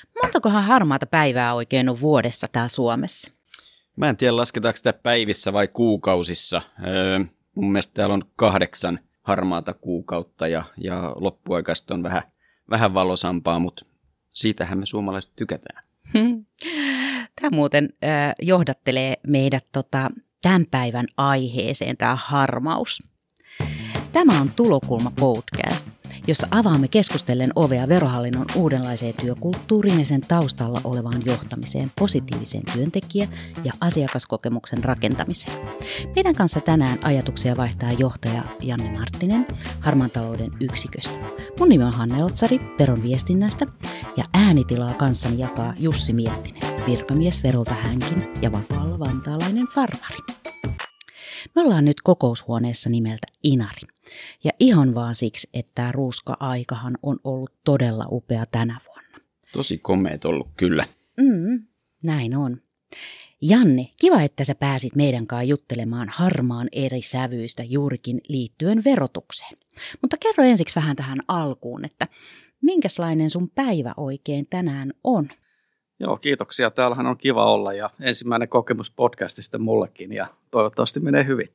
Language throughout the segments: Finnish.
Montakohan harmaata päivää oikein on vuodessa täällä Suomessa? Mä en tiedä, lasketaanko sitä päivissä vai kuukausissa. Mun mielestä täällä on 8 harmaata kuukautta ja loppuaikaista on vähän valosampaa, mutta siitähän me suomalaiset tykätään. Tämä muuten johdattelee meidät tämän päivän aiheeseen, tämä harmaus. Tämä on Tulokulma podcast, jossa avaamme keskustellen ovea Verohallinnon uudenlaiseen työkulttuuriin ja sen taustalla olevaan johtamiseen, positiiviseen työntekijä- ja asiakaskokemuksen rakentamiseen. Meidän kanssa tänään ajatuksia vaihtaa johtaja Janne Marttinen Harmaan talouden yksiköstä. Mun nimi on Hanne Otsari Veron viestinnästä ja äänitilaa kanssani jakaa Jussi Miettinen, virkamies Verolta hänkin ja vapaalla vantaalainen farmari. Me ollaan nyt kokoushuoneessa nimeltä Inari. Ja ihan vaan siksi, että tämä ruuhka-aikahan on ollut todella upea tänä vuonna. Tosi komeet ollut kyllä. Näin on. Janne, kiva, että sä pääsit meidän kanssa juttelemaan harmaan eri sävyistä juurikin liittyen verotukseen. Mutta kerro ensiksi vähän tähän alkuun, että minkälainen sun päivä oikein tänään on? Joo, kiitoksia. Täällähän on kiva olla ja ensimmäinen kokemus podcastista mullekin ja toivottavasti menee hyvin.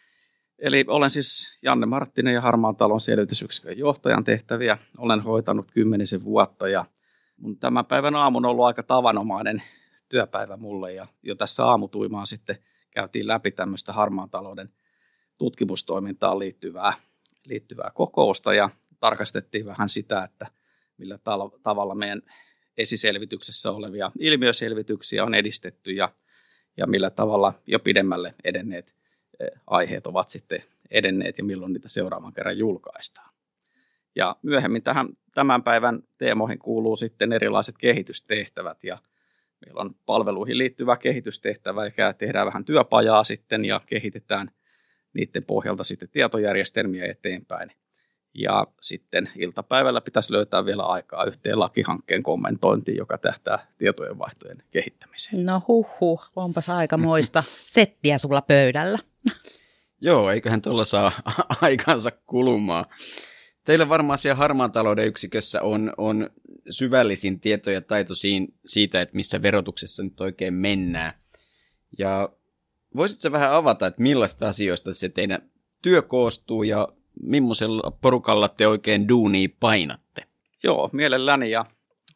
Eli olen siis Janne Marttinen ja Harmaan talouden selvitysyksikön johtajan tehtäviä. Olen hoitanut 10 vuotta ja mun tämän päivän aamu on ollut aika tavanomainen työpäivä mulle. Ja jo tässä aamutuimaan sitten käytiin läpi tämmöistä harmaan talouden tutkimustoimintaan liittyvää kokousta ja tarkastettiin vähän sitä, että millä tavalla meidän esiselvityksessä olevia ilmiöselvityksiä on edistetty ja millä tavalla jo pidemmälle edenneet aiheet ovat sitten edenneet ja milloin niitä seuraavan kerran julkaistaan. Ja myöhemmin tämän päivän teemoihin kuuluu sitten erilaiset kehitystehtävät ja meillä on palveluihin liittyvä kehitystehtävä, ja tehdään vähän työpajaa sitten ja kehitetään niiden pohjalta sitten tietojärjestelmiä eteenpäin. Ja sitten iltapäivällä pitäisi löytää vielä aikaa yhteen lakihankkeen kommentointiin, joka tähtää tietojenvaihtojen kehittämiseen. No onpas aikamoista settiä sulla pöydällä. Joo, eiköhän tuolla saa aikansa kulumaan. Teillä varmaan siellä harmaan talouden yksikössä on syvällisin tieto ja taito siitä, että missä verotuksessa nyt oikein mennään. Ja voisitko vähän avata, että millaisista asioista se teidän työ koostuu ja millaisella porukalla te oikein duunia painatte? Joo, mielelläni. Ja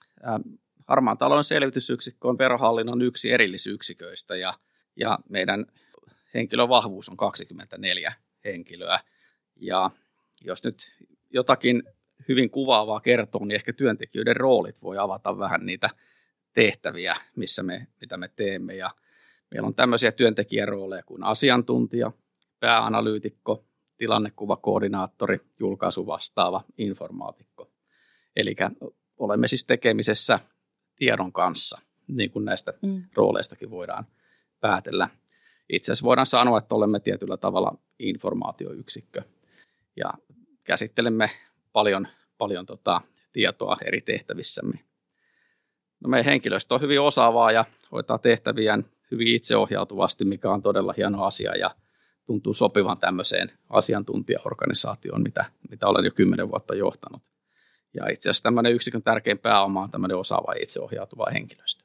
Harmaan talouden selvitysyksikkö on Verohallinnon yksi erillisyksiköistä ja meidän henkilövahvuus on 24 henkilöä. Ja jos nyt jotakin hyvin kuvaavaa kertoo, niin ehkä työntekijöiden roolit voi avata vähän niitä tehtäviä, mitä me teemme. Ja meillä on tämmöisiä työntekijärooleja kuin asiantuntija, pääanalyytikko, tilannekuvakoordinaattori, julkaisuvastaava, informaatikko. Eli olemme siis tekemisessä tiedon kanssa, niin kuin näistä rooleistakin voidaan päätellä. Itse asiassa voidaan sanoa, että olemme tietyllä tavalla informaatioyksikkö ja käsittelemme paljon tietoa eri tehtävissämme. No, meidän henkilöstö on hyvin osaavaa ja hoitaa tehtäviään hyvin itseohjautuvasti, mikä on todella hieno asia ja tuntuu sopivan tämmöiseen asiantuntijaorganisaatioon, mitä olen jo 10 vuotta johtanut. Ja itse asiassa tämmöinen yksikön tärkein pääoma on tämmöinen osaava ja itseohjautuva henkilöstö.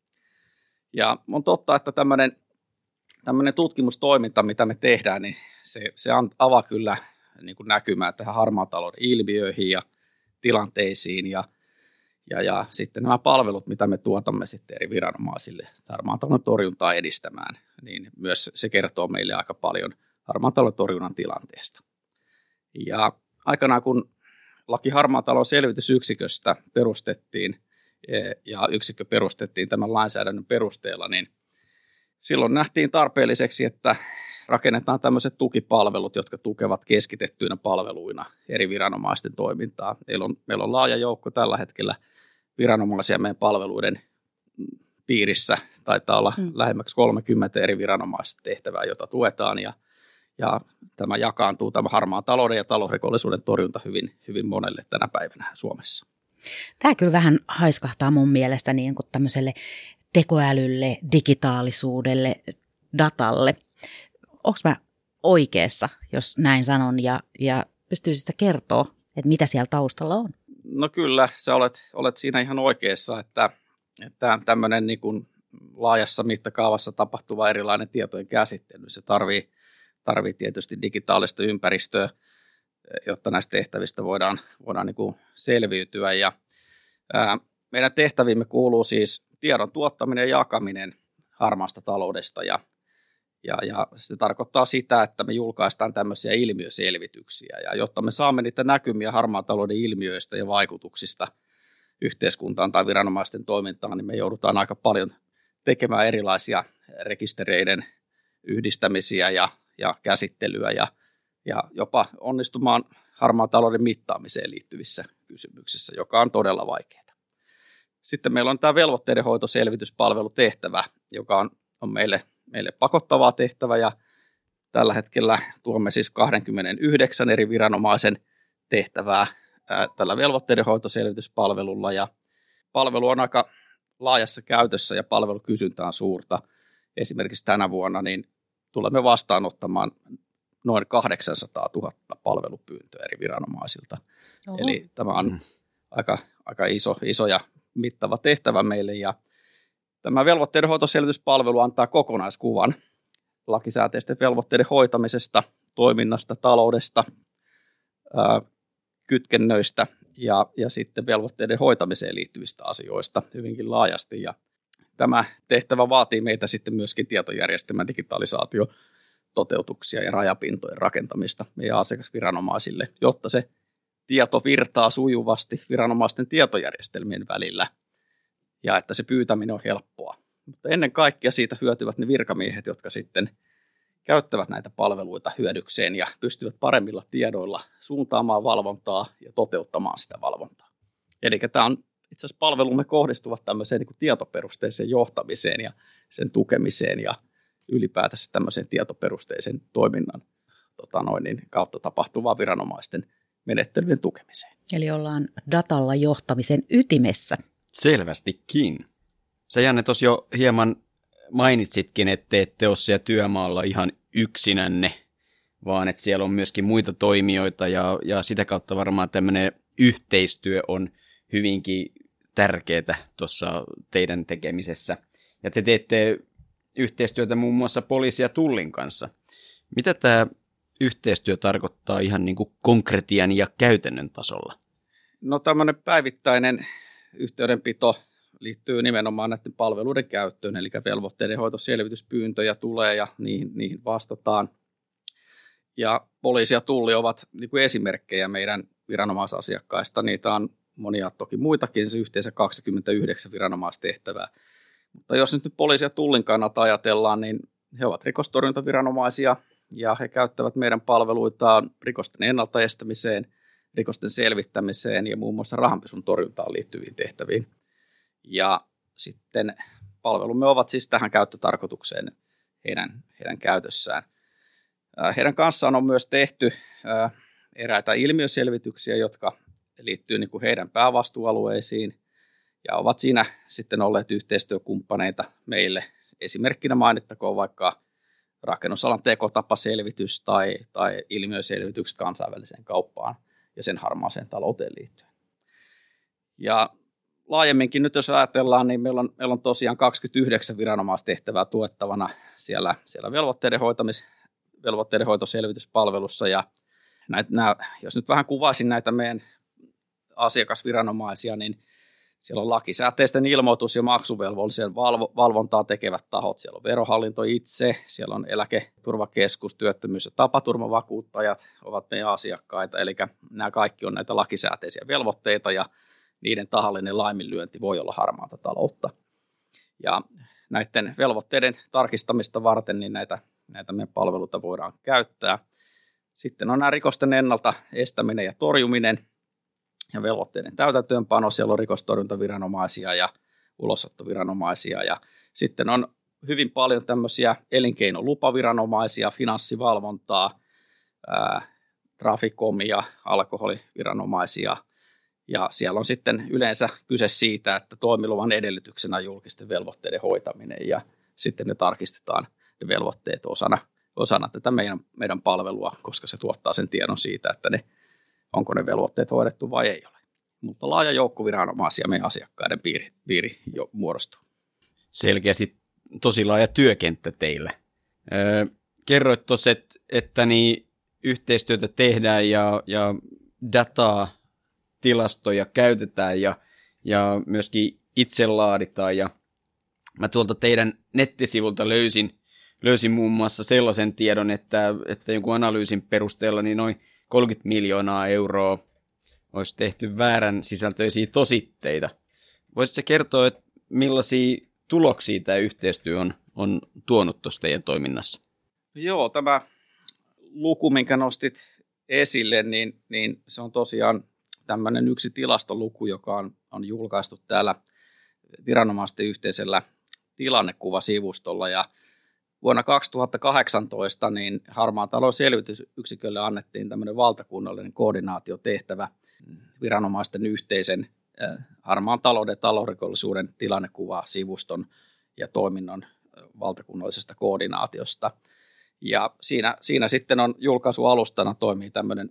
Ja on totta, että tämmöinen tutkimustoiminta, mitä me tehdään, niin se avaa kyllä niin kuin näkymää tähän harmaan talouden ilmiöihin ja tilanteisiin ja sitten nämä palvelut, mitä me tuotamme sitten eri viranomaisille harmaan talouden torjuntaa edistämään, niin myös se kertoo meille aika paljon harmaan talouden torjunnan tilanteesta. Ja aikanaan, kun laki harmaan talouden selvitysyksiköstä perustettiin ja yksikkö perustettiin tämän lainsäädännön perusteella, niin silloin nähtiin tarpeelliseksi, että rakennetaan tämmöiset tukipalvelut, jotka tukevat keskitettyinä palveluina eri viranomaisten toimintaa. Meillä on laaja joukko tällä hetkellä viranomaisia meidän palveluiden piirissä. Taitaa olla lähemmäksi 30 eri viranomaistehtävää, jota tuetaan. Ja tämä jakaantuu, tämä harmaan talouden ja talousrikollisuuden torjunta hyvin, hyvin monelle tänä päivänä Suomessa. Tämä kyllä vähän haiskahtaa mun mielestä niin kuin tämmöiselle tekoälylle, digitaalisuudelle, datalle. Onko mä oikeassa, jos näin sanon, ja pystyisit kertoa, että mitä siellä taustalla on? No kyllä, sä olet siinä ihan oikeassa, että että tämmöinen niin kuin laajassa mittakaavassa tapahtuva erilainen tietojen käsittely, se tarvii tietysti digitaalista ympäristöä, jotta näistä tehtävistä voidaan niin kuin selviytyä. Ja, meidän tehtäviimme kuuluu siis tiedon tuottaminen ja jakaminen harmaasta taloudesta. Ja se tarkoittaa sitä, että me julkaistaan tämmöisiä ilmiöselvityksiä. Ja jotta me saamme niitä näkymiä harmaan talouden ilmiöistä ja vaikutuksista yhteiskuntaan tai viranomaisten toimintaan, niin me joudutaan aika paljon tekemään erilaisia rekistereiden yhdistämisiä ja käsittelyä ja jopa onnistumaan harmaan talouden mittaamiseen liittyvissä kysymyksissä, joka on todella vaikeaa. Sitten meillä on tämä velvoitteidenhoitoselvityspalvelutehtävä, joka on meille pakottavaa tehtävä, ja tällä hetkellä tuomme siis 29 eri viranomaisen tehtävää tällä velvoitteidenhoitoselvityspalvelulla, ja palvelu on aika laajassa käytössä ja palvelukysyntä on suurta. Esimerkiksi tänä vuonna niin tulemme vastaanottamaan noin 800 000 palvelupyyntöä eri viranomaisilta. Oho. Eli tämä on aika iso ja mittava tehtävä meille. Ja tämä velvoitteidenhoitoselvityspalvelu antaa kokonaiskuvan lakisääteisten velvoitteiden hoitamisesta, toiminnasta, taloudesta, kytkennöistä ja sitten velvoitteiden hoitamiseen liittyvistä asioista hyvinkin laajasti. Ja tämä tehtävä vaatii meitä sitten myöskin tietojärjestelmän digitalisaatiototeutuksia ja rajapintojen rakentamista meidän asiakasviranomaisille, jotta se tieto virtaa sujuvasti viranomaisten tietojärjestelmien välillä ja että se pyytäminen on helppoa. Mutta ennen kaikkea siitä hyötyvät ne virkamiehet, jotka sitten käyttävät näitä palveluita hyödykseen ja pystyvät paremmilla tiedoilla suuntaamaan valvontaa ja toteuttamaan sitä valvontaa. Eli tämä on itse asiassa palvelumme kohdistuvat tämmöiseen niin kuin tietoperusteiseen johtamiseen ja sen tukemiseen ja ylipäätänsä tämmöiseen tietoperusteisen toiminnan kautta tapahtuvaa viranomaisten menettelyjen tukemiseen. Eli ollaan datalla johtamisen ytimessä. Selvästikin. Sä, Janne, tuossa jo hieman mainitsitkin, että ette ole siellä työmaalla ihan yksinänne, vaan että siellä on myöskin muita toimijoita ja sitä kautta varmaan tämmöinen yhteistyö on hyvinkin tärkeää tuossa teidän tekemisessä. Ja te teette yhteistyötä muun muassa poliisi ja Tullin kanssa. Mitä tämä yhteistyö tarkoittaa ihan niin kuin konkretian ja käytännön tasolla? No tämmöinen päivittäinen yhteydenpito liittyy nimenomaan näiden palveluiden käyttöön, eli velvoitteidenhoitoselvityspyyntöjä tulee ja niihin vastataan. Ja poliisi ja Tulli ovat niin kuin esimerkkejä meidän viranomaisasiakkaista. Niitä on monia toki muitakin, se yhteensä 29 viranomaistehtävää. Mutta jos nyt poliisi ja Tullin kannalta ajatellaan, niin he ovat rikostorjuntaviranomaisia ja he käyttävät meidän palveluitaan rikosten ennaltaestämiseen, rikosten selvittämiseen ja muun muassa rahanpesun torjuntaan liittyviin tehtäviin. Ja sitten palvelumme ovat siis tähän käyttötarkoitukseen heidän käytössään. Heidän kanssaan on myös tehty eräitä ilmiöselvityksiä, jotka liittyy niin kuin heidän päävastuualueisiin ja ovat siinä sitten olleet yhteistyökumppaneita meille. Esimerkkinä mainittakoon vaikka rakennusalan tekotapaselvitys tai ilmiöselvitykset kansainväliseen kauppaan ja sen harmaaseen talouteen liittyen. Ja laajemminkin nyt jos ajatellaan, niin meillä on tosiaan 29 viranomaistehtävää tuettavana siellä velvoitteidenhoitoselvityspalvelussa. Ja jos nyt vähän kuvaisin näitä meidän asiakasviranomaisia, niin siellä on lakisääteisten ilmoitus- ja maksuvelvollisen valvontaa tekevät tahot. Siellä on verohallinto itse, siellä on eläketurvakeskus, työttömyys- ja tapaturmavakuuttajat ovat meidän asiakkaita. Eli nämä kaikki on näitä lakisääteisiä velvoitteita ja niiden tahallinen laiminlyönti voi olla harmaata taloutta. Ja näiden velvoitteiden tarkistamista varten niin näitä meidän palveluita voidaan käyttää. Sitten on nämä rikosten ennalta estäminen ja torjuminen ja velvoitteiden täytäntöönpano. Siellä on rikostorjuntaviranomaisia ja ulosottoviranomaisia. Ja sitten on hyvin paljon tämmöisiä elinkeinolupaviranomaisia, finanssivalvontaa, trafikomia, alkoholiviranomaisia. Ja siellä on sitten yleensä kyse siitä, että toimiluvan edellytyksenä on julkisten velvoitteiden hoitaminen ja sitten ne tarkistetaan ne velvoitteet osana tätä meidän palvelua, koska se tuottaa sen tiedon siitä, että onko ne velvoitteet hoidettu vai ei ole. mutta laaja joukko viranomaisia meidän asiakkaiden piiri jo muodostuu. Selkeästi tosi laaja työkenttä teillä. Kerroit tuossa, että niin yhteistyötä tehdään ja dataa, tilastoja käytetään ja myöskin itse laaditaan. Ja mä tuolta teidän nettisivulta löysin muun muassa sellaisen tiedon, että jonkun analyysin perusteella niin noin 30 miljoonaa euroa olisi tehty väärän sisältöisiä tositteita. Voisitko kertoa, että millaisia tuloksia tämä yhteistyö on tuonut tuossa teidän toiminnassa? Joo, tämä luku, minkä nostit esille, niin se on tosiaan tämmöinen yksi tilastoluku, joka on julkaistu täällä viranomaisten yhteisellä tilannekuvasivustolla. Ja vuonna 2018 niin Harmaan talouden selvitysyksikölle annettiin tämmöinen valtakunnallinen koordinaatiotehtävä viranomaisten yhteisen harmaan talouden ja talousrikollisuuden tilannekuvasivuston ja toiminnon valtakunnallisesta koordinaatiosta. Ja siinä sitten on julkaisualustana toimii tämmöinen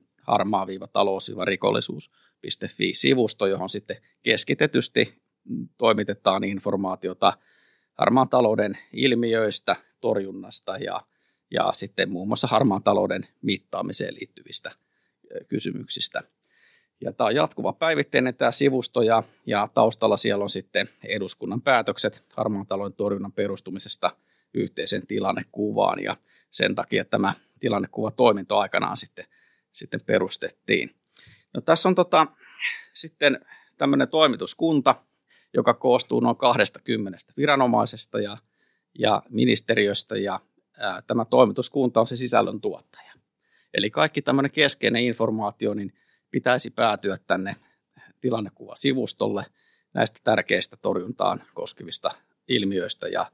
harmaa-talous-rikollisuus.fi-sivusto, johon sitten keskitetysti toimitetaan informaatiota harmaan talouden ilmiöistä, torjunnasta ja sitten muun muassa harmaan talouden mittaamiseen liittyvistä kysymyksistä. Ja tämä on jatkuva päivittäinen tämä sivusto ja taustalla siellä on sitten eduskunnan päätökset harmaan talouden torjunnan perustumisesta yhteiseen tilannekuvaan ja sen takia tämä tilannekuvatoiminto aikanaan sitten perustettiin. No, tässä on sitten tämmöinen toimituskunta, joka koostuu noin 20 viranomaisesta ja ministeriöstä ja tämä toimituskunta on se sisällön tuottaja. Eli kaikki tämmöinen keskeinen informaatio niin pitäisi päätyä tänne tilannekuvasivustolle näistä tärkeistä torjuntaan koskevista ilmiöistä ja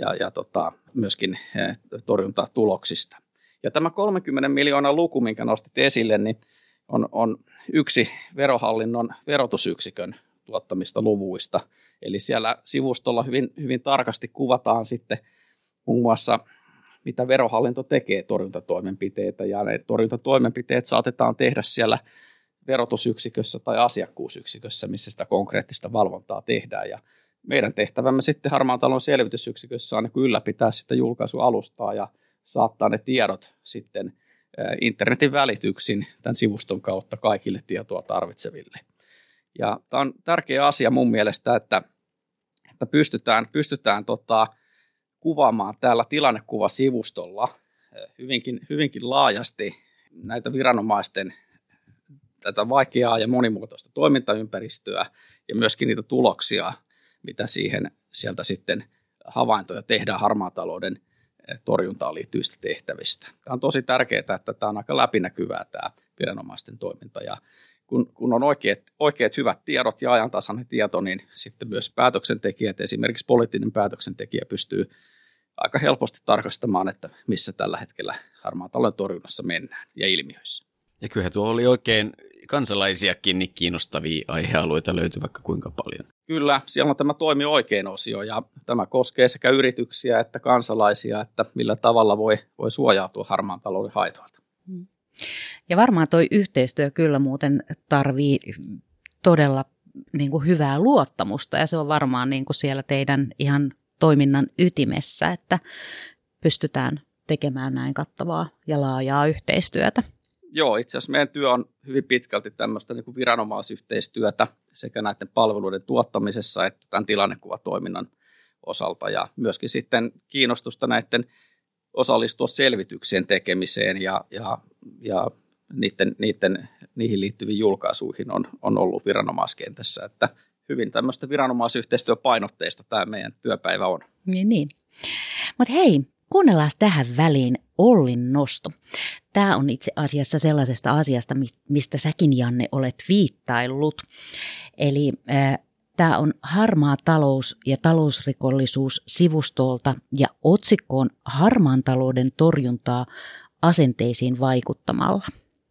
myöskin torjuntatuloksista. Ja tämä 30 miljoonan luku, minkä nostit esille, niin on yksi verohallinnon verotusyksikön tuottamista luvuista. Eli siellä sivustolla hyvin, hyvin tarkasti kuvataan sitten muun muassa, mitä verohallinto tekee torjuntatoimenpiteitä, ja ne torjuntatoimenpiteet saatetaan tehdä siellä verotusyksikössä tai asiakkuusyksikössä, missä sitä konkreettista valvontaa tehdään. Ja meidän tehtävämme sitten Harmaan talouden selvitysyksikössä on ylläpitää sitä julkaisualustaa ja saattaa ne tiedot sitten internetin välityksin tämän sivuston kautta kaikille tietoa tarvitseville. Ja tämä on tärkeä asia mun mielestä, että pystytään kuvaamaan täällä tilannekuvasivustolla hyvinkin laajasti näitä viranomaisten tätä vaikeaa ja monimuotoista toimintaympäristöä ja myöskin niitä tuloksia, mitä sieltä sitten havaintoja tehdään harmaan talouden torjuntaan liittyvistä tehtävistä. Tämä on tosi tärkeää, että tämä on aika läpinäkyvää tämä viranomaisten toiminta ja kun on oikeat hyvät tiedot ja ajantasainen tieto, niin sitten myös päätöksentekijät, esimerkiksi poliittinen päätöksentekijä pystyy aika helposti tarkastamaan, että missä tällä hetkellä harmaan talouden torjunnassa mennään ja ilmiöissä. Ja kyllähän tuo oli oikein kansalaisiakin niin kiinnostavia aihealueita löytyy vaikka kuinka paljon. Kyllä, siellä on tämä toimi oikein osio ja tämä koskee sekä yrityksiä että kansalaisia, että millä tavalla voi suojautua harmaan talouden haitoilta. Ja varmaan toi yhteistyö kyllä muuten tarvii todella niin kuin hyvää luottamusta ja se on varmaan niin kuin siellä teidän ihan toiminnan ytimessä, että pystytään tekemään näin kattavaa ja laajaa yhteistyötä. Joo, itse asiassa meidän työ on hyvin pitkälti tämmöistä niin kuin viranomaisyhteistyötä sekä näiden palveluiden tuottamisessa että tämän tilannekuvatoiminnan osalta ja myöskin sitten kiinnostusta näiden osallistua selvityksien tekemiseen ja niihin liittyviin julkaisuihin on ollut viranomaiskentässä, että hyvin tämmöistä viranomaisyhteistyöpainotteista tämä meidän työpäivä on. Niin. Mutta hei, kuunnellaan tähän väliin Ollin nosto. Tämä on itse asiassa sellaisesta asiasta, mistä säkin, Janne, olet viittaillut. Eli tämä on Harmaa talous ja talousrikollisuus -sivustolta ja otsikko on Harmaan talouden torjuntaa asenteisiin vaikuttamalla.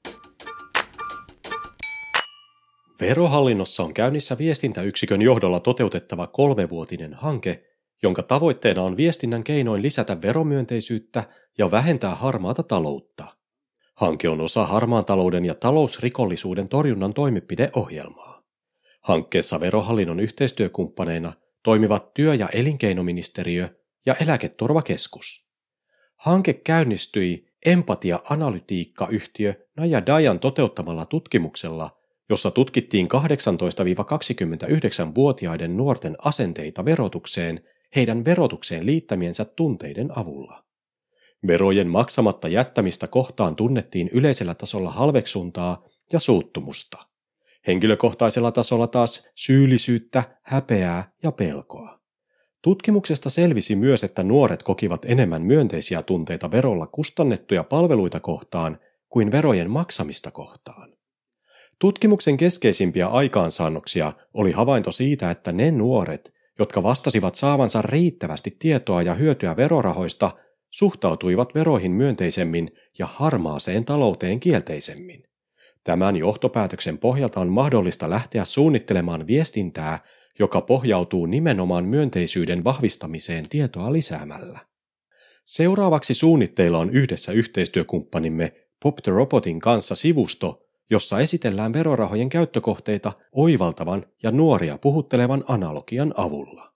Verohallinnossa on käynnissä viestintäyksikön johdolla toteutettava 3-vuotinen hanke, jonka tavoitteena on viestinnän keinoin lisätä veromyönteisyyttä ja vähentää harmaata taloutta. Hanke on osa harmaan talouden ja talousrikollisuuden torjunnan toimenpideohjelmaa. Hankkeessa Verohallinnon yhteistyökumppaneina toimivat työ- ja elinkeinoministeriö ja Eläketurvakeskus. Hanke käynnistyi empatia-analytiikka-yhtiö Naja Dayan toteuttamalla tutkimuksella, jossa tutkittiin 18-29-vuotiaiden nuorten asenteita verotukseen heidän verotukseen liittämiensä tunteiden avulla. Verojen maksamatta jättämistä kohtaan tunnettiin yleisellä tasolla halveksuntaa ja suuttumusta. Henkilökohtaisella tasolla taas syyllisyyttä, häpeää ja pelkoa. Tutkimuksesta selvisi myös, että nuoret kokivat enemmän myönteisiä tunteita verolla kustannettuja palveluita kohtaan kuin verojen maksamista kohtaan. Tutkimuksen keskeisimpiä aikaansaannoksia oli havainto siitä, että ne nuoret, jotka vastasivat saavansa riittävästi tietoa ja hyötyä verorahoista, suhtautuivat veroihin myönteisemmin ja harmaaseen talouteen kielteisemmin. Tämän johtopäätöksen pohjalta on mahdollista lähteä suunnittelemaan viestintää, joka pohjautuu nimenomaan myönteisyyden vahvistamiseen tietoa lisäämällä. Seuraavaksi suunnitteilla on yhdessä yhteistyökumppanimme Pop the Robotin kanssa sivusto, jossa esitellään verorahojen käyttökohteita oivaltavan ja nuoria puhuttelevan analogian avulla.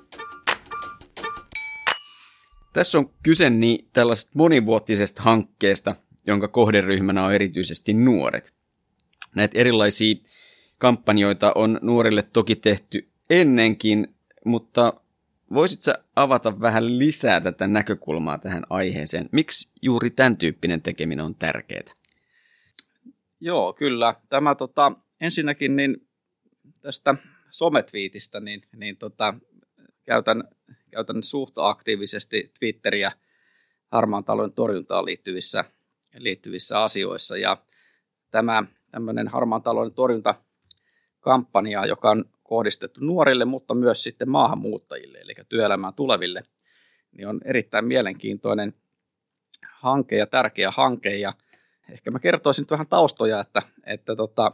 Tässä on kyse tällaisesta monivuotisesta hankkeesta, jonka kohderyhmänä on erityisesti nuoret. Näitä erilaisia kampanjoita on nuorille toki tehty ennenkin, mutta voisit sä avata vähän lisää tätä näkökulmaa tähän aiheeseen? Miksi juuri tämän tyyppinen tekeminen on tärkeää? Joo, kyllä. Tämä ensinnäkin niin tästä sometviitistä käytän suht aktiivisesti Twitteriä harmaan talouden torjuntaan liittyvissä asioissa. Ja tämä tämmöinen harmaan talouden torjuntakampanja, joka on kohdistettu nuorille, mutta myös sitten maahanmuuttajille, eli työelämään tuleville, niin on erittäin mielenkiintoinen hanke ja tärkeä hanke. Ja ehkä mä kertoisin nyt vähän taustoja, että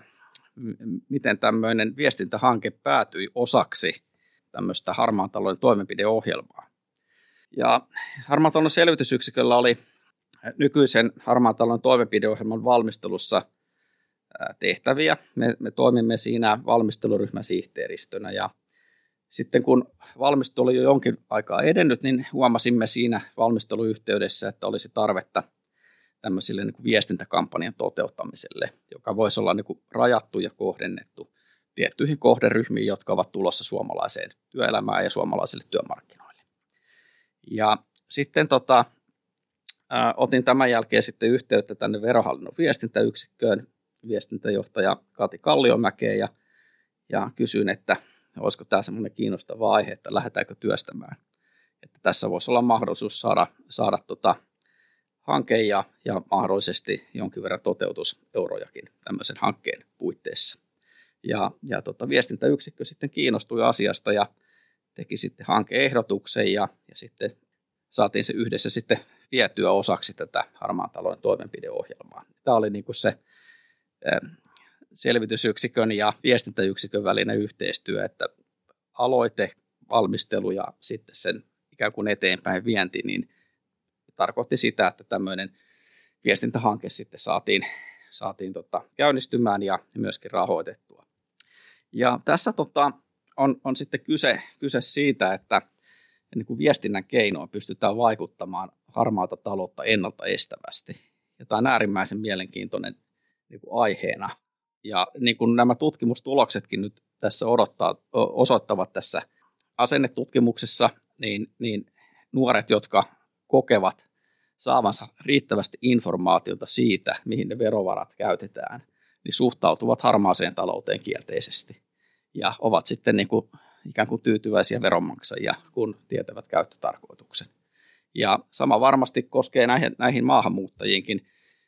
miten tämmöinen viestintähanke päätyi osaksi tämmöistä harmaan talouden toimenpideohjelmaa. Ja harmaan talouden selvitysyksiköllä oli nykyisen harmaan talouden toimenpideohjelman valmistelussa tehtäviä. Me toimimme siinä valmisteluryhmän sihteeristönä ja sitten kun valmistelu oli jo jonkin aikaa edennyt, niin huomasimme siinä valmisteluyhteydessä, että olisi tarvetta tämmöiselle niin kuin viestintäkampanjan toteuttamiselle, joka voisi olla niin kuin rajattu ja kohdennettu tiettyihin kohderyhmiin, jotka ovat tulossa suomalaiseen työelämään ja suomalaisille työmarkkinoille. Ja sitten otin tämän jälkeen sitten yhteyttä tänne Verohallinnon viestintäyksikköön, viestintäjohtaja Kati Kalliomäkeen ja kysyin, että olisiko tämä semmoinen kiinnostava aihe, että lähdetäänkö työstämään. Että tässä voisi olla mahdollisuus saada hanke ja mahdollisesti jonkin verran toteutuseurojakin tämmöisen hankkeen puitteissa. Ja viestintäyksikkö sitten kiinnostui asiasta ja teki sitten hankeehdotuksen ja sitten saatiin se yhdessä sitten vietyä osaksi tätä harmaan talouden toimenpideohjelmaa. Tämä oli niin kuin se selvitysyksikön ja viestintäyksikön välinen yhteistyö, että aloite, valmistelu ja sitten sen ikään kuin eteenpäin vienti, niin tarkoitti sitä, että tämmöinen viestintähanke sitten saatiin käynnistymään ja myöskin rahoitettua. Ja tässä on sitten kyse siitä, että niin kuin viestinnän keinoin pystytään vaikuttamaan harmaata taloutta ennaltaestävästi. Ja tämä on äärimmäisen mielenkiintoinen niin kuin aiheena. Ja niin kuin nämä tutkimustuloksetkin nyt tässä osoittavat tässä asennetutkimuksessa, niin nuoret, jotka kokevat saavansa riittävästi informaatiota siitä, mihin ne verovarat käytetään, niin suhtautuvat harmaaseen talouteen kielteisesti ja ovat sitten niin kuin ikään kuin tyytyväisiä veronmaksajia, kun tietävät käyttötarkoituksen. Ja sama varmasti koskee näihin maahanmuuttajiinkin.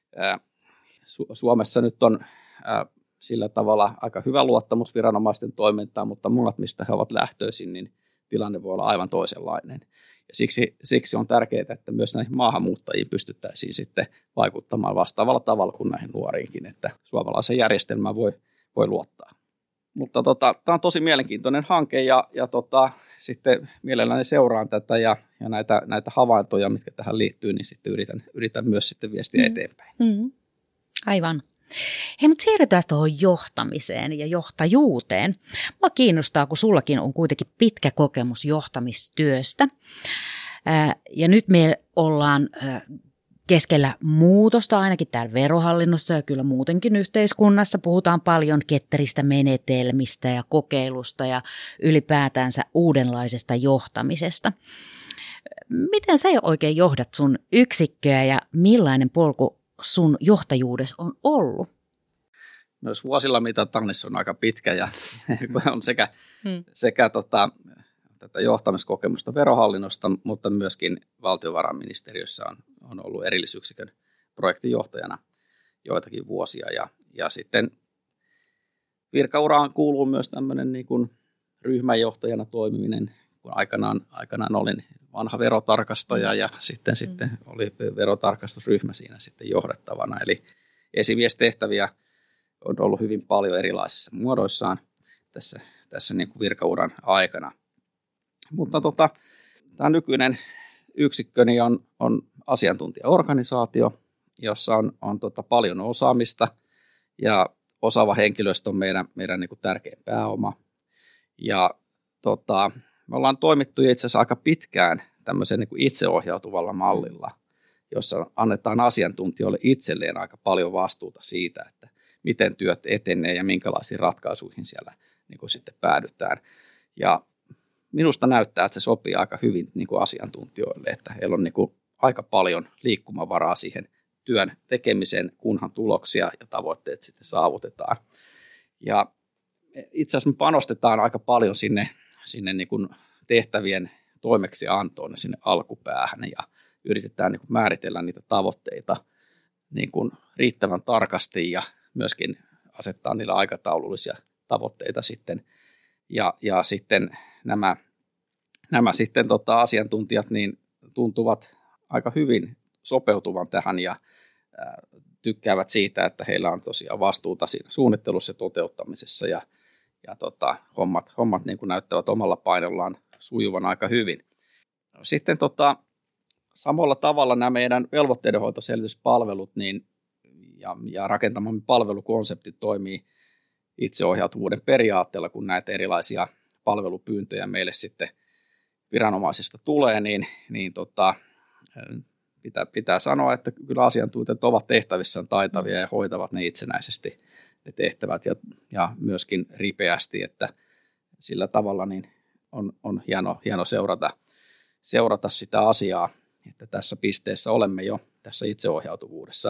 Suomessa nyt on sillä tavalla aika hyvä luottamus viranomaisten toimintaan, mutta maat, mistä he ovat lähtöisin, niin tilanne voi olla aivan toisenlainen. Ja siksi on tärkeää, että myös näihin maahanmuuttajiin pystyttäisiin sitten vaikuttamaan vastaavalla tavalla kuin näihin nuoriinkin, että suomalaisen järjestelmään voi luottaa. Mutta tämä on tosi mielenkiintoinen hanke ja sitten mielelläni seuraan tätä ja näitä havaintoja, mitkä tähän liittyy, niin sitten yritän myös sitten viestiä eteenpäin. Aivan. Hei, mutta siirrytään tuohon johtamiseen ja johtajuuteen. Mua kiinnostaa, kun sullakin on kuitenkin pitkä kokemus johtamistyöstä. Ja nyt me ollaan keskellä muutosta ainakin täällä verohallinnossa ja kyllä muutenkin yhteiskunnassa. Puhutaan paljon ketteristä menetelmistä ja kokeilusta ja ylipäätänsä uudenlaisesta johtamisesta. Miten sä oikein johdat sun yksikköä ja millainen polku sun johtajuudessa on ollut? No jos vuosilla mitataan, niin se on aika pitkä ja on sekä tätä johtamiskokemusta verohallinnosta, mutta myöskin valtiovarainministeriössä on ollut erillisyksikön projektinjohtajana joitakin vuosia. Ja sitten virkauraan kuuluu myös tämmöinen niin kuin ryhmänjohtajana toimiminen, kun aikanaan olin vanha verotarkastaja ja sitten oli verotarkastusryhmä siinä sitten johdettavana. Eli esimiestehtäviä on ollut hyvin paljon erilaisissa muodoissaan tässä niin kuin virkauran aikana. Mutta tämä nykyinen yksikköni on asiantuntijaorganisaatio, jossa on paljon osaamista ja osaava henkilöstö on meidän niin kuin tärkein pääoma. Ja me ollaan toimittu itse asiassa aika pitkään tämmöisen niin kuin itseohjautuvalla mallilla, jossa annetaan asiantuntijoille itselleen aika paljon vastuuta siitä, että miten työt etenee ja minkälaisiin ratkaisuihin siellä niin kuin sitten päädytään. Ja minusta näyttää, että se sopii aika hyvin niin kuin asiantuntijoille, että heillä on niin kuin aika paljon liikkumavaraa siihen työn tekemiseen, kunhan tuloksia ja tavoitteet sitten saavutetaan. Ja itse asiassa me panostetaan aika paljon sinne niin kuin tehtävien toimeksiantoon ja sinne alkupäähän ja yritetään niin kuin määritellä niitä tavoitteita niin kuin riittävän tarkasti ja myöskin asettaa niillä aikataulullisia tavoitteita sitten. Ja sitten nämä sitten asiantuntijat niin tuntuvat aika hyvin sopeutuvan tähän ja tykkäävät siitä, että heillä on tosiaan vastuuta siinä suunnittelussa ja toteuttamisessa ja hommat niin kuin näyttävät omalla painollaan sujuvan aika hyvin. Sitten samalla tavalla nämä meidän velvoitteidenhoitoselvityspalvelut niin, ja rakentamamme palvelukonsepti toimii itseohjautuvuuden periaatteella, kun näitä erilaisia palvelupyyntöjä meille sitten viranomaisista tulee, niin pitää sanoa, että kyllä asiantuntijat ovat tehtävissään taitavia ja hoitavat ne itsenäisesti ne tehtävät ja myöskin ripeästi, että sillä tavalla niin on hieno seurata sitä asiaa, että tässä pisteessä olemme jo tässä itseohjautuvuudessa.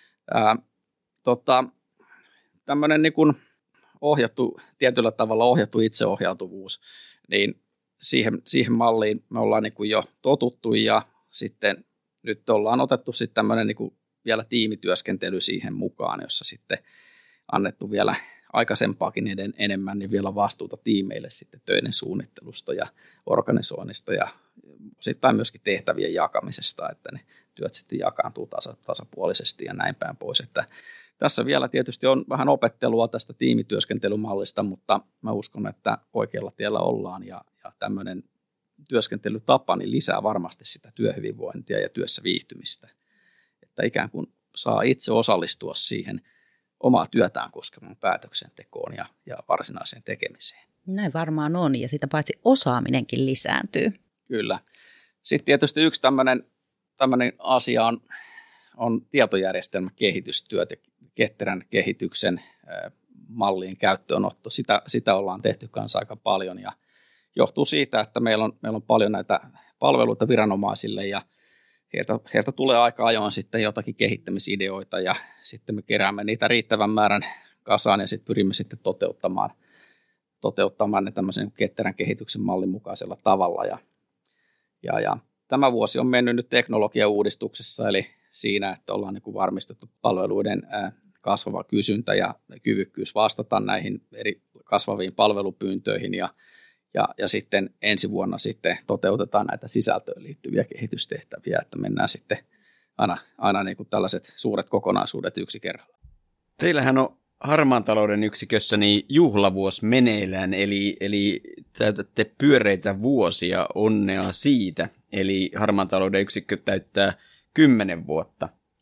Tämmöinen niin kuin tietyllä tavalla ohjattu itseohjautuvuus, niin siihen malliin me ollaan niin kuin jo totuttu ja sitten nyt ollaan otettu sitten tämmöinen niin kuin vielä tiimityöskentely siihen mukaan, jossa sitten annettu vielä aikaisempaakin enemmän niin vielä vastuuta tiimeille sitten töiden suunnittelusta ja organisoinnista ja osittain myöskin tehtävien jakamisesta, että ne työt sitten jakaantuu tasapuolisesti ja näin päin pois. Että tässä vielä tietysti on vähän opettelua tästä tiimityöskentelymallista, mutta mä uskon, että oikealla tiellä ollaan ja tämmöinen työskentelytapa niin lisää varmasti sitä työhyvinvointia ja työssä viihtymistä. Että ikään kuin saa itse osallistua siihen omaa työtään koskevan päätöksentekoon ja varsinaiseen tekemiseen. Näin varmaan on, ja sitä paitsi osaaminenkin lisääntyy. Kyllä. Sitten tietysti yksi tämmöinen asia on tietojärjestelmäkehitystyöt ja ketterän kehityksen mallien käyttöönotto. Sitä ollaan tehty kanssa aika paljon ja johtuu siitä, että meillä on paljon näitä palveluita viranomaisille ja heiltä tulee aika ajoin sitten jotakin kehittämisideoita ja sitten me keräämme niitä riittävän määrän kasaan ja sitten pyrimme sitten toteuttamaan ne tämmöisen ketterän kehityksen mallin mukaisella tavalla. Ja tämä vuosi on mennyt nyt teknologiauudistuksessa, eli siinä, että ollaan niin kuin varmistettu palveluiden kasvava kysyntä ja kyvykkyys vastata näihin eri kasvaviin palvelupyyntöihin ja sitten ensi vuonna sitten toteutetaan näitä sisältöön liittyviä kehitystehtäviä, että mennään sitten aina niin kuin tällaiset suuret kokonaisuudet yksi kerralla. Teillähän on harmaan talouden yksikössä niin juhlavuosi meneillään, eli täytätte pyöreitä vuosia, onnea siitä. Eli harmaan talouden yksikkö täyttää 10 vuotta.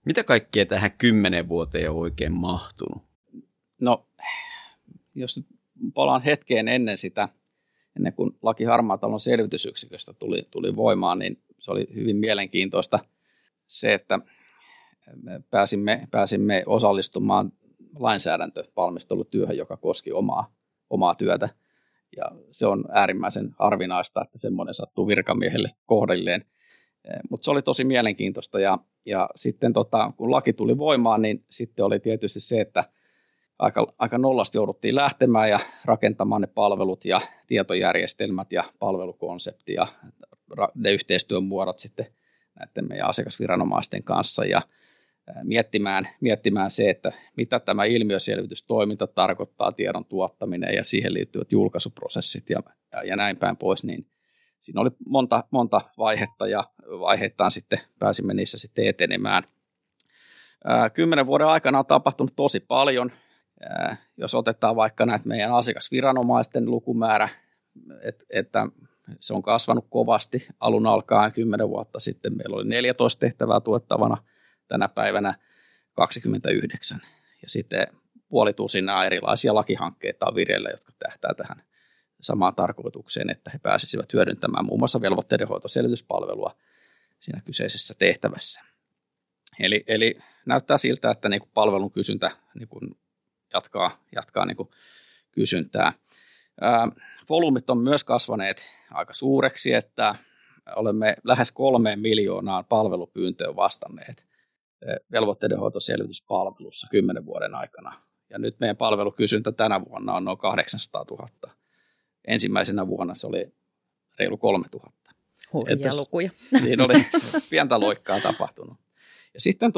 Mitä kaikkea tähän 10 vuoteen on oikein mahtunut? No, jos nyt palaan hetkeen ennen kuin laki Harmaan talouden selvitysyksiköstä tuli voimaan, niin se oli hyvin mielenkiintoista se, että me pääsimme osallistumaan lainsäädäntövalmistelutyöhön, joka koski omaa työtä. Ja se on äärimmäisen harvinaista, että semmoinen sattuu virkamiehelle kohdilleen. Mutta se oli tosi mielenkiintoista. Ja sitten kun laki tuli voimaan, niin sitten oli tietysti se, että aika nollasti jouduttiin lähtemään ja rakentamaan ne palvelut ja tietojärjestelmät ja palvelukonsepti ja ne yhteistyön muodot sitten näiden meidän asiakasviranomaisten kanssa ja miettimään se, että mitä tämä ilmiöselvitystoiminta tarkoittaa, tiedon tuottaminen ja siihen liittyvät julkaisuprosessit ja näin päin pois, niin siinä oli monta vaihetta ja vaiheittain sitten pääsimme niissä sitten etenemään. 10 vuoden aikana on tapahtunut tosi paljon. Jos otetaan vaikka näitä meidän asiakasviranomaisten lukumäärä, että se on kasvanut kovasti alun alkaen 10 vuotta sitten. Meillä oli 14 tehtävää tuettavana, tänä päivänä 29. Ja sitten puolitusinaa erilaisia lakihankkeita on vireillä, jotka tähtää tähän samaan tarkoitukseen, että he pääsisivät hyödyntämään muun muassa velvoitteidenhoitoselityspalvelua siinä kyseisessä tehtävässä. Eli näyttää siltä, että niin kuin palvelun kysyntä niin kuin jatkaa niin kuin kysyntää. Volyymit on myös kasvaneet aika suureksi, että olemme lähes 3 miljoonaan palvelupyyntöön vastanneet velvoitteidenhoitoselityspalvelussa 10 vuoden aikana. Ja nyt meidän palvelukysyntä tänä vuonna on noin 800 000. Ensimmäisenä vuonna se oli reilu 3 000. Hurjia lukuja. Siinä oli pientä loikkaa tapahtunut. Ja sitten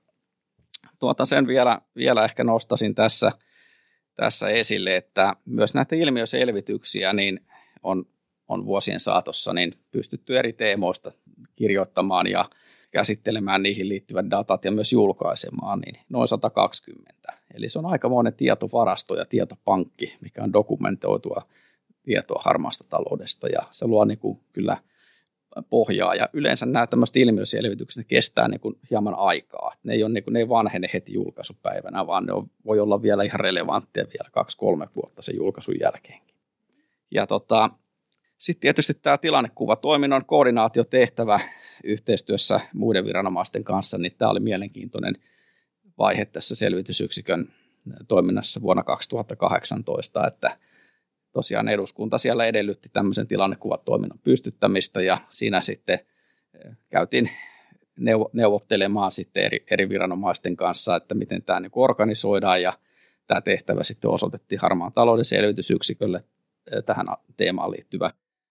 sen vielä ehkä nostasin tässä esille, että myös näitä ilmiöselvityksiä niin on vuosien saatossa niin pystytty eri teemoista kirjoittamaan ja käsittelemään niihin liittyvät datat ja myös julkaisemaan niin noin 120. Eli se on aikamoinen tietovarasto ja tietopankki, mikä on dokumentoitua tietoa harmaasta taloudesta ja se luo niin kuin kyllä pohjaa. Ja yleensä nämä tämmöiset ilmiöselvitykset kestää niin kuin hieman aikaa. Ne ei vanhene heti julkaisupäivänä, vaan ne voi olla vielä ihan relevantteja vielä 2-3 vuotta sen julkaisun jälkeenkin. Ja sitten tietysti tämä tilannekuvatoiminnon koordinaatiotehtävä yhteistyössä muiden viranomaisten kanssa, niin tämä oli mielenkiintoinen vaihe tässä selvitysyksikön toiminnassa vuonna 2018, että tosiaan eduskunta siellä edellytti tämmöisen tilannekuvatoiminnon pystyttämistä ja siinä sitten käytiin neuvottelemaan sitten eri viranomaisten kanssa, että miten tämä niin organisoidaan ja tämä tehtävä sitten osoitettiin Harmaan talouden selvitysyksikölle tähän teemaan liittyvä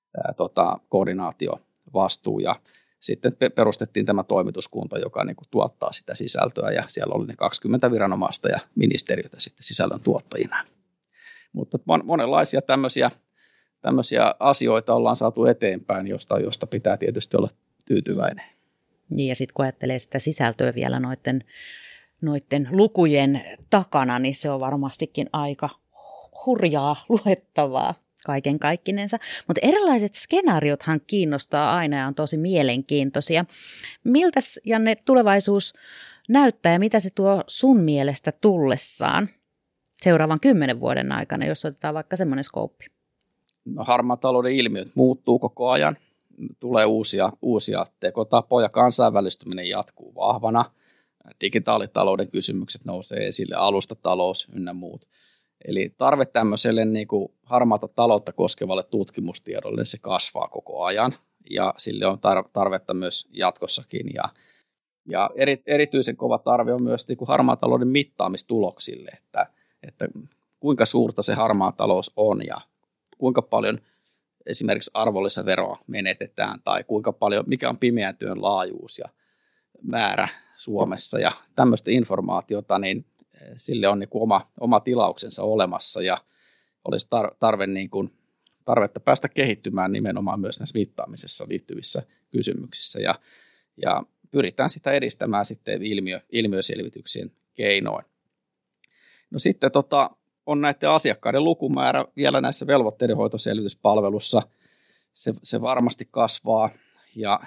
koordinaatiovastuu ja sitten perustettiin tämä toimituskunta, joka niin kuin tuottaa sitä sisältöä ja siellä oli ne 20 viranomaista ja ministeriötä sitten sisällön tuottajina. Mutta monenlaisia tämmöisiä asioita ollaan saatu eteenpäin, josta pitää tietysti olla tyytyväinen. Niin ja sitten kun ajattelee sitä sisältöä vielä noiden lukujen takana, niin se on varmastikin aika hurjaa luettavaa kaiken kaikkinensa. Mutta erilaiset skenaariothan kiinnostaa aina ja on tosi mielenkiintoisia. Miltäs, Janne, tulevaisuus näyttää ja mitä se tuo sun mielestä tullessaan seuraavan 10 vuoden aikana, jos otetaan vaikka semmoinen skouppi? No, harmaan talouden ilmiöt muuttuu koko ajan. Tulee uusia tekotapoja. Kansainvälistyminen jatkuu vahvana. Digitaalitalouden kysymykset nousee esille, alustatalous ynnä muut. Eli tarve tämmöiselle niin kuin harmaata taloutta koskevalle tutkimustiedolle, se kasvaa koko ajan ja sille on tarvetta myös jatkossakin. Ja erityisen kova tarve on myös niin kuin harmaan talouden mittaamistuloksille, että kuinka suurta se harmaa talous on ja kuinka paljon esimerkiksi arvonlisäveroa menetetään tai kuinka paljon, mikä on pimeän työn laajuus ja määrä Suomessa ja tämmöistä informaatiota, niin sille on niin kuin oma tilauksensa olemassa ja olisi tarvetta päästä kehittymään nimenomaan myös näissä mittaamisessa liittyvissä kysymyksissä ja pyritään sitä edistämään sitten ilmiöselvityksien keinoin. No sitten on näiden asiakkaiden lukumäärä vielä näissä velvoitteidenhoitoselityspalvelussa. Se varmasti kasvaa ja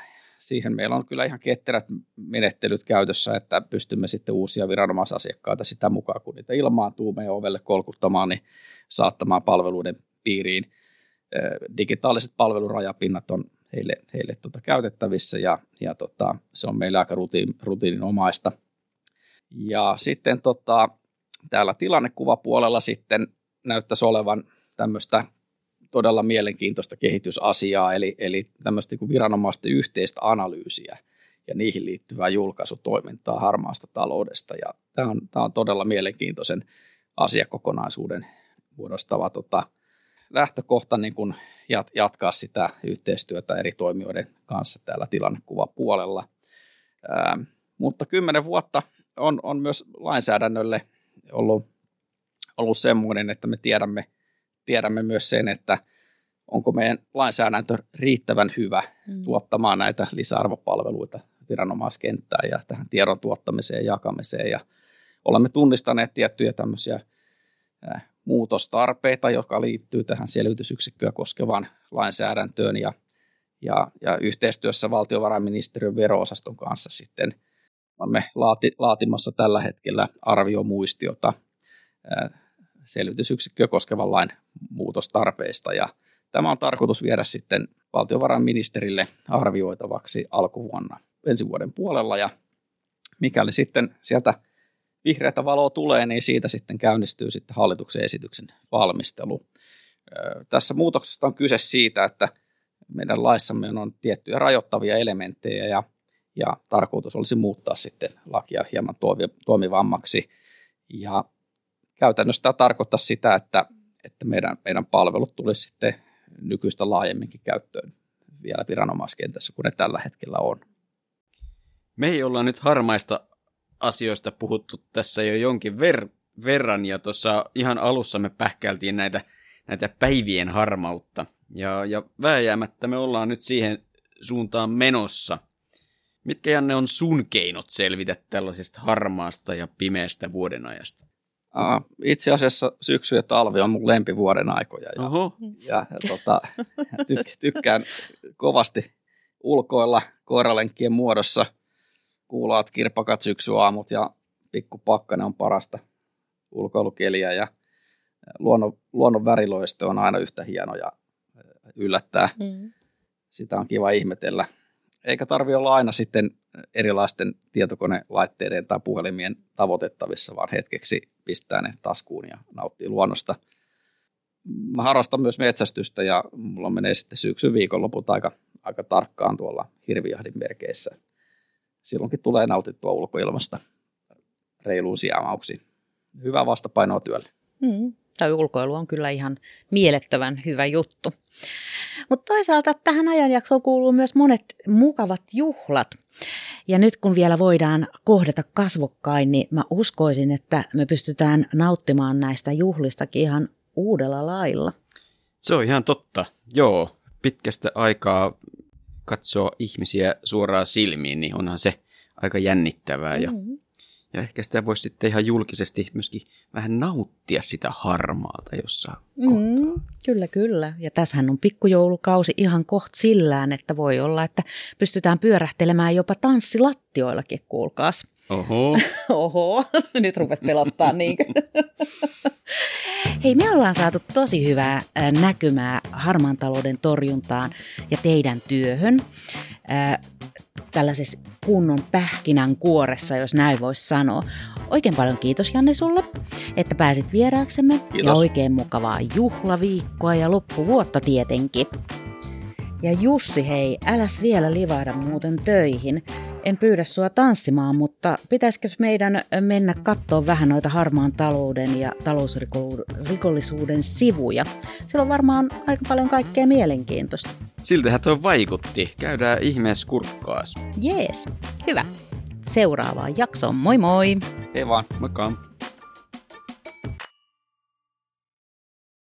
siihen meillä on kyllä ihan ketterät menettelyt käytössä, että pystymme sitten uusia viranomaisasiakkaita sitä mukaan, kun niitä ilmaantuu meidän ovelle kolkuttamaan, niin saattamaan palveluiden piiriin. Digitaaliset palvelurajapinnat on heille käytettävissä ja se on meillä aika rutiininomaista. Ja sitten täällä tilannekuvapuolella sitten näyttäisi olevan tämmöistä todella mielenkiintoista kehitysasiaa, eli tämmöistä niin kuin viranomaisten yhteistä analyysiä ja niihin liittyvää julkaisutoimintaa harmaasta taloudesta. Ja tämä on todella mielenkiintoisen asiakokonaisuuden muodostava lähtökohta niin kuin jatkaa sitä yhteistyötä eri toimijoiden kanssa täällä tilannekuvapuolella. Mutta 10 vuotta on myös lainsäädännölle ollut semmoinen, että me tiedämme myös sen, että onko meidän lainsäädäntö riittävän hyvä tuottamaan näitä lisäarvopalveluita viranomaiskenttään ja tähän tiedon tuottamiseen ja jakamiseen. Ja olemme tunnistaneet tiettyjä tämmöisiä muutostarpeita, joka liittyy tähän selvitysyksikköä koskevaan lainsäädäntöön ja yhteistyössä valtiovarainministeriön vero-osaston kanssa sitten olemme laatimassa tällä hetkellä arviomuistiota selvitysyksikköä koskevan lain muutostarpeista ja tämä on tarkoitus viedä sitten valtiovarainministerille arvioitavaksi alkuvuonna ensi vuoden puolella ja mikäli sitten sieltä vihreätä valoa tulee, niin siitä sitten käynnistyy sitten hallituksen esityksen valmistelu. Tässä muutoksesta on kyse siitä, että meidän laissamme on tiettyjä rajoittavia elementtejä ja tarkoitus olisi muuttaa sitten lakia hieman toimivammaksi. Ja käytännössä tämä tarkoittaa sitä, että meidän palvelut tulisi sitten nykyistä laajemminkin käyttöön vielä viranomaiskentässä kuin ne tällä hetkellä on. Me ei olla nyt harmaista asioista puhuttu tässä jo jonkin verran, ja tuossa ihan alussa me pähkäiltiin näitä päivien harmautta, ja vääjäämättä me ollaan nyt siihen suuntaan menossa. Mitkä, Janne, on sun keinot selvitä tällaisesta harmaasta ja pimeästä vuodenajasta? Itse asiassa syksy ja talvi on mun lempivuoden aikoja, ja tykkään kovasti ulkoilla koiralenkkien muodossa. Kuulaat kirpakat syksyaammut ja pikkupakkanen on parasta ulkoilukeliä ja luonnon väriloiste on aina yhtä hieno ja yllättää. Sitä on kiva ihmetellä. Eikä tarvitse olla aina sitten erilaisten tietokonelaitteiden tai puhelimien tavoitettavissa, vaan hetkeksi pistää ne taskuun ja nauttii luonnosta. Mä harrastan myös metsästystä ja mulla menee sitten syksyn viikonloput aika tarkkaan tuolla hirvijahdin merkeissä. Silloinkin tulee nautittua ulkoilmasta reiluun sijamauksiin. Hyvä vastapainoa työlle. Tämä ulkoilu on kyllä ihan mielettömän hyvä juttu. Mutta toisaalta tähän ajanjaksoon kuuluu myös monet mukavat juhlat. Ja nyt kun vielä voidaan kohdata kasvokkain, niin mä uskoisin, että me pystytään nauttimaan näistä juhlistakin ihan uudella lailla. Se on ihan totta. Joo, pitkästä aikaa katsoa ihmisiä suoraan silmiin, niin onhan se aika jännittävää. Ja ehkä sitä voisi sitten ihan julkisesti myöskin vähän nauttia sitä harmaata jossain kohtaa. Kyllä. Ja tässähän on pikkujoulukausi ihan kohta sillään, että voi olla, että pystytään pyörähtelemään jopa tanssilattioillakin, kuulkaas. Oho, nyt rupesi pelottaa niinkö. Hei, me ollaan saatu tosi hyvää näkymää harmaan talouden torjuntaan ja teidän työhön. Tällaisessa kunnon pähkinänkuoressa, jos näin voisi sanoa. Oikein paljon kiitos, Janne, sulle, että pääsit vieraaksemme. Kiitos. Ja oikein mukavaa juhlaviikkoa ja loppuvuotta tietenkin. Ja Jussi, hei, äläs vielä livaada muuten töihin. En pyydä sua tanssimaan, mutta pitäisikö meidän mennä katsoa vähän noita harmaan talouden ja talousrikollisuuden sivuja? Siellä on varmaan aika paljon kaikkea mielenkiintoista. Siltähän tuo vaikutti. Käydään ihmeessä kurkkaas. Jees, hyvä. Seuraavaan jaksoon. Moi moi! Hei vaan. Moikka!